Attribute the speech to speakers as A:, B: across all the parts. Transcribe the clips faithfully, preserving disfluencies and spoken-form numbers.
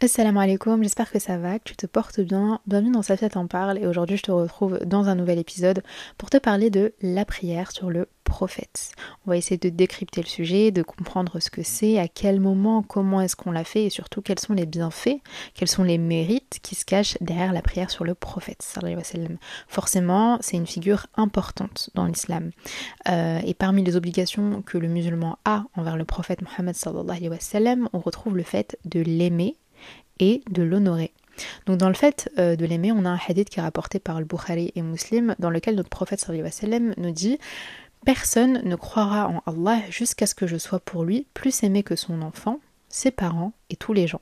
A: Assalamu alaikum, j'espère que ça va, que tu te portes bien. Bienvenue dans Safia t'en parle et aujourd'hui je te retrouve dans un nouvel épisode pour te parler de la prière sur le prophète. On va essayer de décrypter le sujet, de comprendre ce que c'est, à quel moment, comment est-ce qu'on l'a fait et surtout quels sont les bienfaits, quels sont les mérites qui se cachent derrière la prière sur le prophète sallallahu alayhi wa sallam. Forcément, c'est une figure importante dans l'islam. Euh, et parmi les obligations que le musulman a envers le prophète Mohammed sallallahu alayhi wa sallam, on retrouve le fait de l'aimer et de l'honorer. Donc dans le fait euh, de l'aimer, on a un hadith qui est rapporté par le Bukhari et Muslim dans lequel notre prophète sallallahu alayhi wa sallam nous dit « Personne ne croira en Allah jusqu'à ce que je sois pour lui plus aimé que son enfant, ses parents et tous les gens. »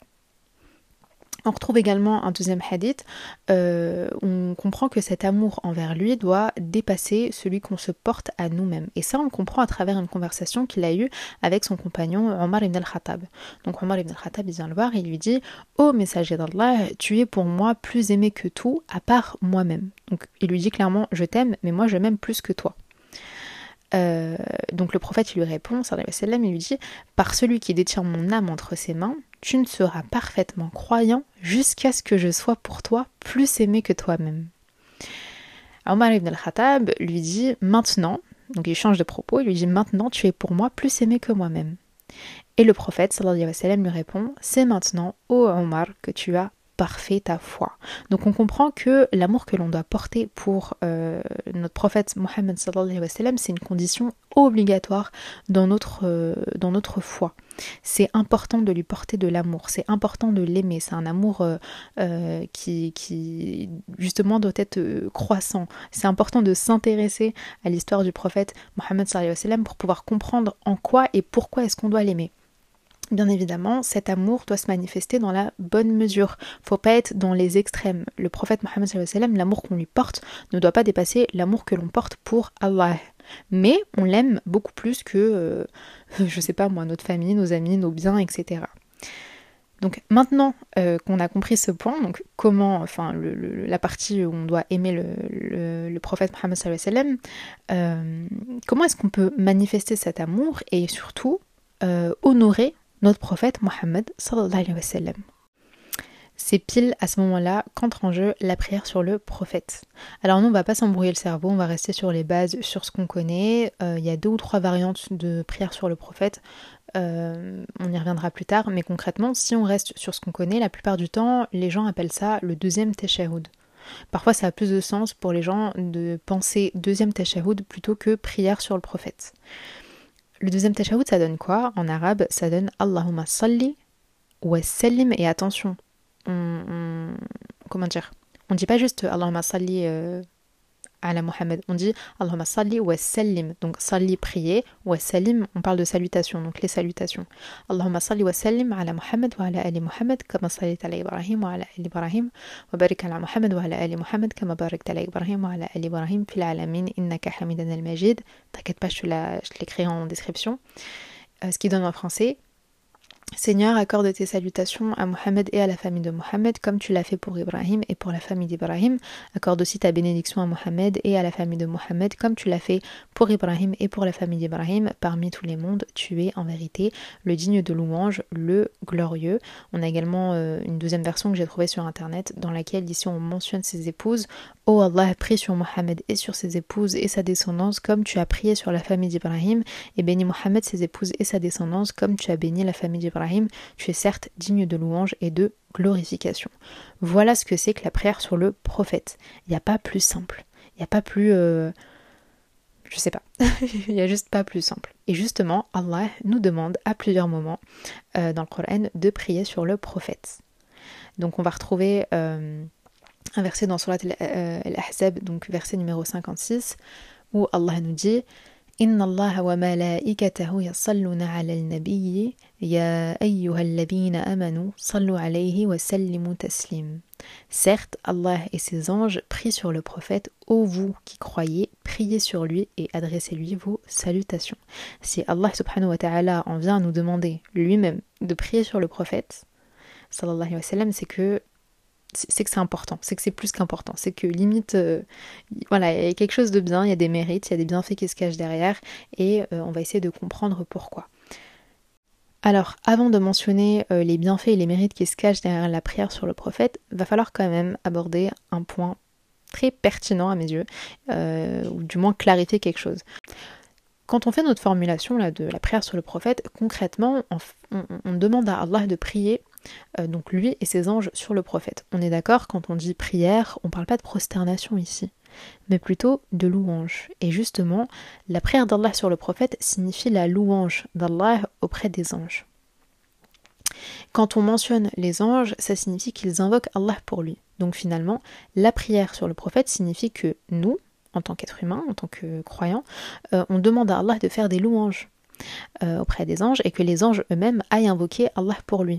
A: On retrouve également un deuxième hadith, euh, on comprend que cet amour envers lui doit dépasser celui qu'on se porte à nous-mêmes. Et ça, on le comprend à travers une conversation qu'il a eue avec son compagnon Omar ibn al-Khattab. Donc Omar ibn al-Khattab, il vient le voir et il lui dit « Ô messager d'Allah, tu es pour moi plus aimé que tout, à part moi-même. » Donc il lui dit clairement « Je t'aime, mais moi je m'aime plus que toi. » Euh, donc le prophète il lui répond, sallallahu alayhi wa sallam, il lui dit « Par celui qui détient mon âme entre ses mains, tu ne seras parfaitement croyant jusqu'à ce que je sois pour toi plus aimé que toi-même. » Omar ibn al-Khattab lui dit « Maintenant », donc il change de propos, il lui dit « Maintenant tu es pour moi plus aimé que moi-même. » Et le prophète sallallahu alayhi wa sallam lui répond « C'est maintenant, ô Omar, que tu as parfait ta foi. » Donc on comprend que l'amour que l'on doit porter pour euh, notre prophète Mohammed sallallahu alayhi wa sallam, c'est une condition obligatoire dans notre, euh, dans notre foi. C'est important de lui porter de l'amour, c'est important de l'aimer, c'est un amour euh, euh, qui, qui justement doit être euh, croissant. C'est important de s'intéresser à l'histoire du prophète Mohammed sallallahu alayhi wa sallam pour pouvoir comprendre en quoi et pourquoi est-ce qu'on doit l'aimer. Bien évidemment, cet amour doit se manifester dans la bonne mesure. Faut pas être dans les extrêmes. Le prophète Mohammed sallallahu alayhi wa sallam, l'amour qu'on lui porte ne doit pas dépasser l'amour que l'on porte pour Allah. Mais on l'aime beaucoup plus que, euh, je sais pas moi, notre famille, nos amis, nos biens, et cetera. Donc maintenant euh, qu'on a compris ce point, donc comment, enfin le, le, la partie où on doit aimer le, le, le prophète Mohammed sallallahu alayhi wa sallam, euh, comment est-ce qu'on peut manifester cet amour et surtout euh, honorer notre prophète Mohammed sallallahu alayhi wa sallam. C'est pile à ce moment-là qu'entre en jeu la prière sur le prophète. Alors nous, on va pas s'embrouiller le cerveau, on va rester sur les bases, sur ce qu'on connaît. Il euh, y a deux ou trois variantes de prière sur le prophète. Euh, on y reviendra plus tard, mais concrètement, si on reste sur ce qu'on connaît, la plupart du temps, les gens appellent ça le deuxième tashahhud. Parfois, ça a plus de sens pour les gens de penser deuxième tashahhud plutôt que prière sur le prophète. Le deuxième tashahhud, ça donne quoi? En arabe, ça donne Allahumma salli wa sallim. Et attention, on, on, comment dire? On dit pas juste Allahumma salli euh, ala Muhammad, on dit Allahumma salli wa sallim. Donc salli, prier, wa sallim, on parle de salutation, donc les salutations. Allahumma salli wa sallim ala Muhammad wa ala ali Muhammad kama sallit ala Ibrahim wa ala ali Ibrahim wa barik ala Muhammad wa ala ali Muhammad kama barakta ala Ibrahim wa ala ali Ibrahim fil alamin innaka hamidan al-majid. T'inquiète pas, je te la, je te l'écris en description. Euh, ce qui donne en français: Seigneur, accorde tes salutations à Mohammed et à la famille de Mohammed comme tu l'as fait pour Ibrahim et pour la famille d'Ibrahim. Accorde aussi ta bénédiction à Mohammed et à la famille de Mohammed comme tu l'as fait pour Ibrahim et pour la famille d'Ibrahim. Parmi tous les mondes, tu es en vérité le digne de louange, le glorieux. On a également euh, une deuxième version que j'ai trouvée sur internet dans laquelle ici on mentionne ses épouses. Oh Allah, prie sur Mohammed et sur ses épouses et sa descendance comme tu as prié sur la famille d'Ibrahim, et bénis Mohammed, ses épouses et sa descendance comme tu as béni la famille d'Ibrahim. Tu es certes digne de louange et de glorification. Voilà ce que c'est que la prière sur le prophète. Il n'y a pas plus simple. Il n'y a pas plus... Euh... Je sais pas. Il n'y a juste pas plus simple. Et justement, Allah nous demande à plusieurs moments euh, dans le Coran de prier sur le prophète. Donc on va retrouver... Euh, un verset dans Surat al-Ahzab, donc verset numéro cinquante-six, où Allah nous dit Inna Allah wa malaikatahu yasalluna ala al-nabiyyi ya ayyuhalladhina amanu sallu alayhi wa sallimu taslim. Certes, Allah et ses anges prient sur le prophète, ô vous qui croyez, priez sur lui et adressez-lui vos salutations. Si Allah subhanahu wa ta'ala en vient à nous demander lui-même de prier sur le prophète, sallallahu alayhi wa sallam, c'est que c'est que c'est important, c'est que c'est plus qu'important, c'est que limite, euh, voilà, il y a quelque chose de bien, il y a des mérites, il y a des bienfaits qui se cachent derrière, et euh, on va essayer de comprendre pourquoi. Alors, avant de mentionner euh, les bienfaits et les mérites qui se cachent derrière la prière sur le prophète, va falloir quand même aborder un point très pertinent à mes yeux, euh, ou du moins clarifier quelque chose. Quand on fait notre formulation là, de la prière sur le prophète, concrètement, on, on, on demande à Allah de prier, euh, donc lui et ses anges, sur le prophète. On est d'accord, quand on dit prière, on ne parle pas de prosternation ici, mais plutôt de louange. Et justement, la prière d'Allah sur le prophète signifie la louange d'Allah auprès des anges. Quand on mentionne les anges, ça signifie qu'ils invoquent Allah pour lui. Donc finalement, la prière sur le prophète signifie que nous, en tant qu'être humain, en tant que croyant, euh, on demande à Allah de faire des louanges euh, auprès des anges et que les anges eux-mêmes aillent invoquer Allah pour lui.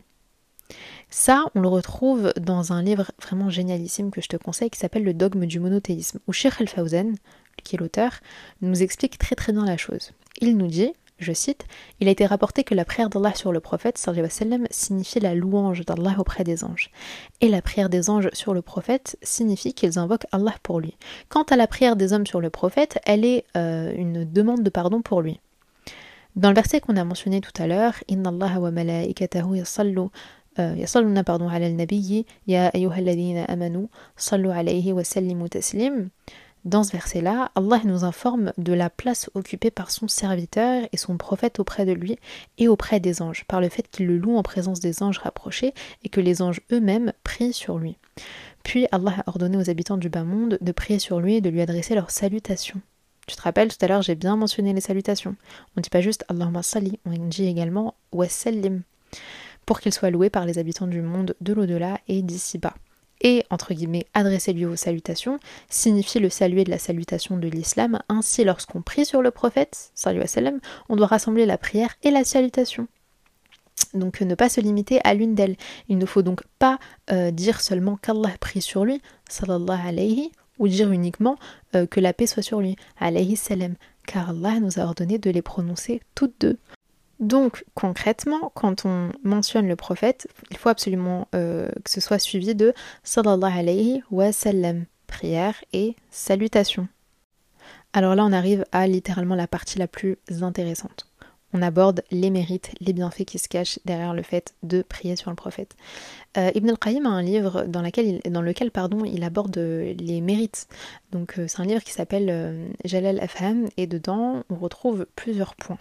A: Ça, on le retrouve dans un livre vraiment génialissime que je te conseille qui s'appelle Le dogme du monothéisme, où Cheikh Al-Fawzan, qui est l'auteur, nous explique très très bien la chose. Il nous dit, je cite, « Il a été rapporté que la prière d'Allah sur le prophète sallallahu alayhi wa sallam signifie la louange d'Allah auprès des anges. Et la prière des anges sur le prophète signifie qu'ils invoquent Allah pour lui. Quant à la prière des hommes sur le prophète, elle est euh, une demande de pardon pour lui. » Dans le verset qu'on a mentionné tout à l'heure, « Inna Allah wa malaikatahu yasallu يصلون pardon على النبي يا أيها الذين آمنوا صلوا عليه وسلموا تسليم. Dans ce verset-là, Allah nous informe de la place occupée par son serviteur et son prophète auprès de lui et auprès des anges, par le fait qu'il le loue en présence des anges rapprochés et que les anges eux-mêmes prient sur lui. Puis Allah a ordonné aux habitants du bas monde de prier sur lui et de lui adresser leurs salutations. Tu te rappelles, tout à l'heure, j'ai bien mentionné les salutations. On ne dit pas juste Allahumma salli, on dit également wa sallim, pour qu'il soit loué par les habitants du monde de l'au-delà et d'ici-bas. Et, entre guillemets, adresser-lui vos salutations signifie le saluer de la salutation de l'islam. Ainsi, lorsqu'on prie sur le prophète, sallallahu alayhi wa sallam, on doit rassembler la prière et la salutation. Donc ne pas se limiter à l'une d'elles. Il ne faut donc pas euh, dire seulement qu'Allah prie sur lui, sallallahu alayhi, ou dire uniquement euh, que la paix soit sur lui, alayhi salam, car Allah nous a ordonné de les prononcer toutes deux. Donc concrètement, quand on mentionne le prophète, il faut absolument euh, que ce soit suivi de sallallahu alayhi wa sallam, prière et salutation. Alors là on arrive à littéralement la partie la plus intéressante. On aborde les mérites, les bienfaits qui se cachent derrière le fait de prier sur le prophète. Euh, Ibn al-Qayyim a un livre dans, laquelle il, dans lequel pardon, il aborde les mérites. Donc euh, c'est un livre qui s'appelle euh, Jalal Afham et dedans on retrouve plusieurs points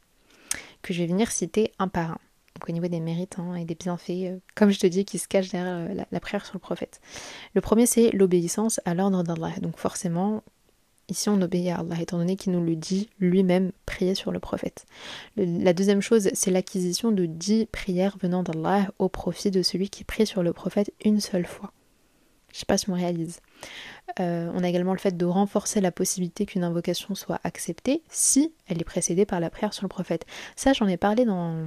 A: que je vais venir citer un par un. Donc au niveau des mérites hein, et des bienfaits, euh, comme je te dis, qui se cachent derrière euh, la, la prière sur le prophète. Le premier, c'est l'obéissance à l'ordre d'Allah. Donc forcément, ici on obéit à Allah, étant donné qu'il nous le dit lui-même, prier sur le prophète. Le, la deuxième chose, c'est l'acquisition de dix prières venant d'Allah au profit de celui qui prie sur le prophète une seule fois. Je sais pas si on réalise. Euh, on a également le fait de renforcer la possibilité qu'une invocation soit acceptée si elle est précédée par la prière sur le prophète. Ça, j'en ai parlé dans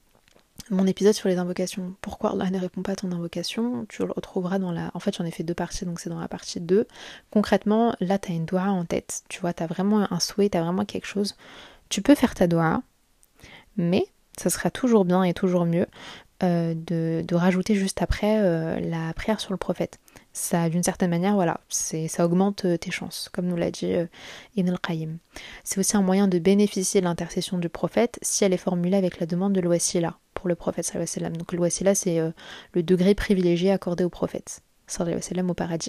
A: mon épisode sur les invocations. Pourquoi Allah ne répond pas à ton invocation? Tu le retrouveras dans la... En fait, j'en ai fait deux parties, donc c'est dans la partie deux. Concrètement, là, tu as une doua en tête. Tu vois, tu as vraiment un souhait, tu as vraiment quelque chose. Tu peux faire ta doua, mais ça sera toujours bien et toujours mieux euh, de, de rajouter juste après euh, la prière sur le prophète. Ça, d'une certaine manière, voilà, c'est, ça augmente tes chances, comme nous l'a dit euh, Ibn al-Qayyim. C'est aussi un moyen de bénéficier de l'intercession du prophète si elle est formulée avec la demande de l'wasila pour le prophète sallallahu alayhi wa sallam. Donc le wasila, c'est euh, le degré privilégié accordé au prophète sallallahu alayhi wa sallam au paradis.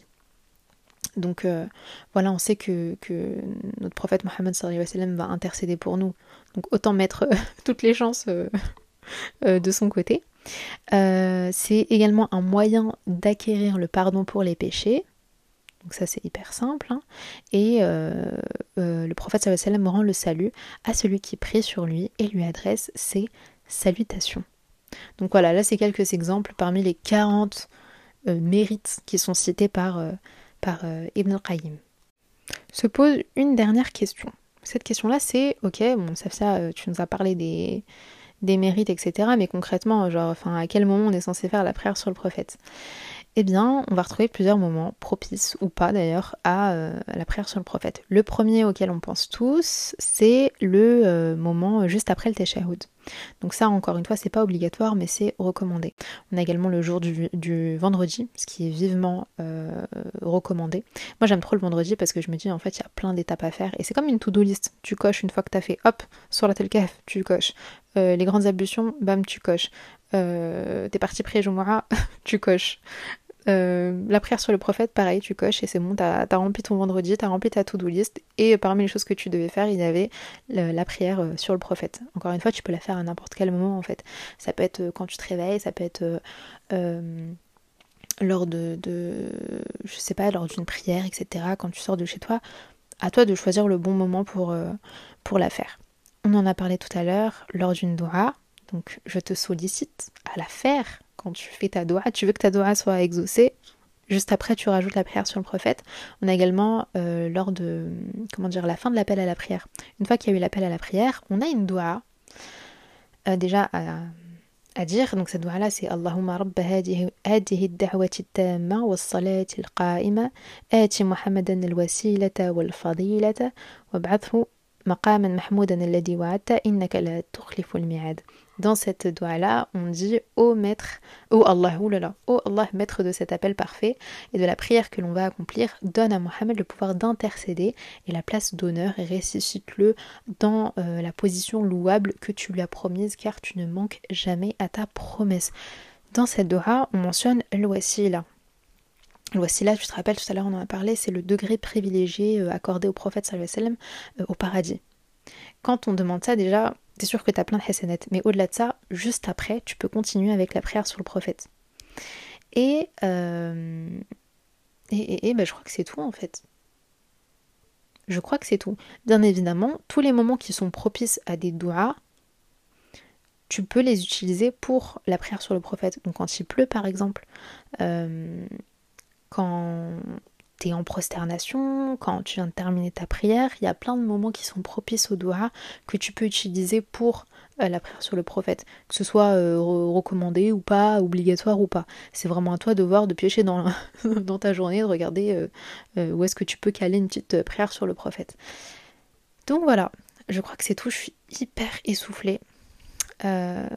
A: Donc euh, voilà, on sait que, que notre prophète Mohammed sallallahu alayhi wa sallam va intercéder pour nous. Donc autant mettre euh, toutes les chances euh, euh, de son côté. Euh, c'est également un moyen d'acquérir le pardon pour les péchés. Donc ça c'est hyper simple. Hein. Et euh, euh, le prophète sallallahu alayhi wa sallam rend le salut à celui qui prie sur lui et lui adresse ses salutations. Donc voilà, là c'est quelques exemples parmi les quarante euh, mérites qui sont cités par, euh, par euh, Ibn al-Qayyim. Se pose une dernière question. Cette question-là c'est, ok, bon ça, ça tu nous as parlé des... des mérites, et cetera. Mais concrètement, genre, enfin, à quel moment on est censé faire la prière sur le prophète? eh bien, on va retrouver plusieurs moments propices, ou pas d'ailleurs, à, euh, à la prière sur le prophète. Le premier auquel on pense tous, c'est le euh, moment juste après le tashahhud. Donc ça, encore une fois, c'est pas obligatoire, mais c'est recommandé. On a également le jour du, du vendredi, ce qui est vivement euh, recommandé. Moi, j'aime trop le vendredi parce que je me dis, en fait, il y a plein d'étapes à faire. Et c'est comme une to-do list. Tu coches une fois que t'as fait, hop, sur la telkaf, tu coches. Euh, les grandes ablutions, bam, tu coches. Euh, t'es parti prier Jumu'ah, tu coches. Euh, la prière sur le prophète, pareil, tu coches et c'est bon, t'as, t'as rempli ton vendredi, t'as rempli ta to-do list, et parmi les choses que tu devais faire, il y avait le, la prière euh, sur le prophète. Encore une fois, tu peux la faire à n'importe quel moment en fait. Ça peut être euh, quand tu te réveilles, ça peut être euh, euh, lors de, de, je sais pas, lors d'une prière, et cetera. Quand tu sors de chez toi, à toi de choisir le bon moment pour, euh, pour la faire. On en a parlé tout à l'heure, lors d'une doua, donc je te sollicite à la faire. Quand tu fais ta doua, tu veux que ta doua soit exaucée. Juste après, tu rajoutes la prière sur le prophète. On a également, euh, lors de, comment dire, la fin de l'appel à la prière. Une fois qu'il y a eu l'appel à la prière, on a une doua, euh, déjà à, à dire. Donc cette doua-là, c'est Allahumma rabba hadihi ad-da'wati at-tamma was-salati al-qa'ima ati Muhammadan al-wasilata wal-fadilata wab'athu maqaman mahmoudan alladhi wa'adta innaka la tukhlifu al-mi'ad. Dans cette doua-là, on dit ô maître, ô Allah, oulala, ô Allah, maître de cet appel parfait et de la prière que l'on va accomplir, donne à Mohammed le pouvoir d'intercéder et la place d'honneur et ressuscite-le dans euh, la position louable que tu lui as promise, car tu ne manques jamais à ta promesse. Dans cette doua, on mentionne al-wasila. Le wasila, tu te rappelles, tout à l'heure on en a parlé, c'est le degré privilégié euh, accordé au prophète sallallahu alayhi wa sallam euh, au paradis. Quand on demande ça, déjà, c'est sûr que tu as plein de hasanat, mais au-delà de ça, juste après, tu peux continuer avec la prière sur le prophète. Et, euh, et, et, et ben, je crois que c'est tout en fait. Je crois que c'est tout. Bien évidemment, tous les moments qui sont propices à des douas, tu peux les utiliser pour la prière sur le prophète. Donc quand il pleut par exemple, euh, quand t'es en prosternation, quand tu viens de terminer ta prière, il y a plein de moments qui sont propices au doua que tu peux utiliser pour euh, la prière sur le prophète, que ce soit euh, recommandé ou pas, obligatoire ou pas. C'est vraiment à toi de voir, de piocher dans, dans ta journée, de regarder euh, euh, où est-ce que tu peux caler une petite prière sur le prophète. Donc voilà, je crois que c'est tout, je suis hyper essoufflée. Euh...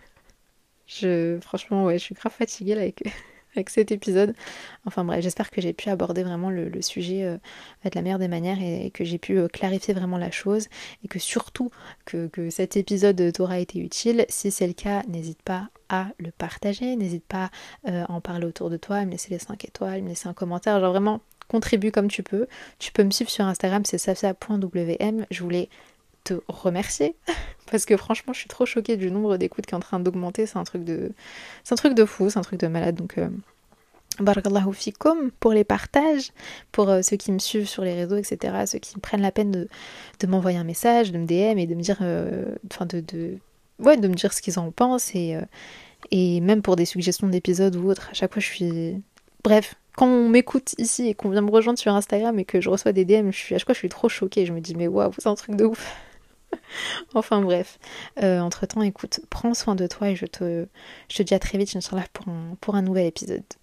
A: je, franchement, ouais, je suis grave fatiguée là avec... avec cet épisode. Enfin bref, j'espère que j'ai pu aborder vraiment le, le sujet euh, de la meilleure des manières et, et que j'ai pu euh, clarifier vraiment la chose et que surtout que, que cet épisode t'aura été utile. Si c'est le cas, n'hésite pas à le partager, n'hésite pas euh, à en parler autour de toi, à me laisser les cinq étoiles, me laisser un commentaire, genre vraiment contribue comme tu peux. Tu peux me suivre sur Instagram, c'est safia point w m. Je voulais te remercier parce que franchement je suis trop choquée du nombre d'écoutes qui est en train d'augmenter, c'est un truc de c'est un truc de fou, c'est un truc de malade. Donc euh, barakallahu fikum pour les partages, pour euh, ceux qui me suivent sur les réseaux, etc., ceux qui prennent la peine de, de m'envoyer un message, de me D M et de me dire euh, enfin de, de ouais de me dire ce qu'ils en pensent et, euh, et même pour des suggestions d'épisodes ou autres. À chaque fois je suis bref, quand on m'écoute ici et qu'on vient me rejoindre sur Instagram et que je reçois des D M, je suis, à chaque fois je suis trop choquée, je me dis mais waouh, c'est un truc de ouf. Enfin bref, euh, entre temps écoute, prends soin de toi et je te, je te dis à très vite Inch'Allah pour un, pour un nouvel épisode.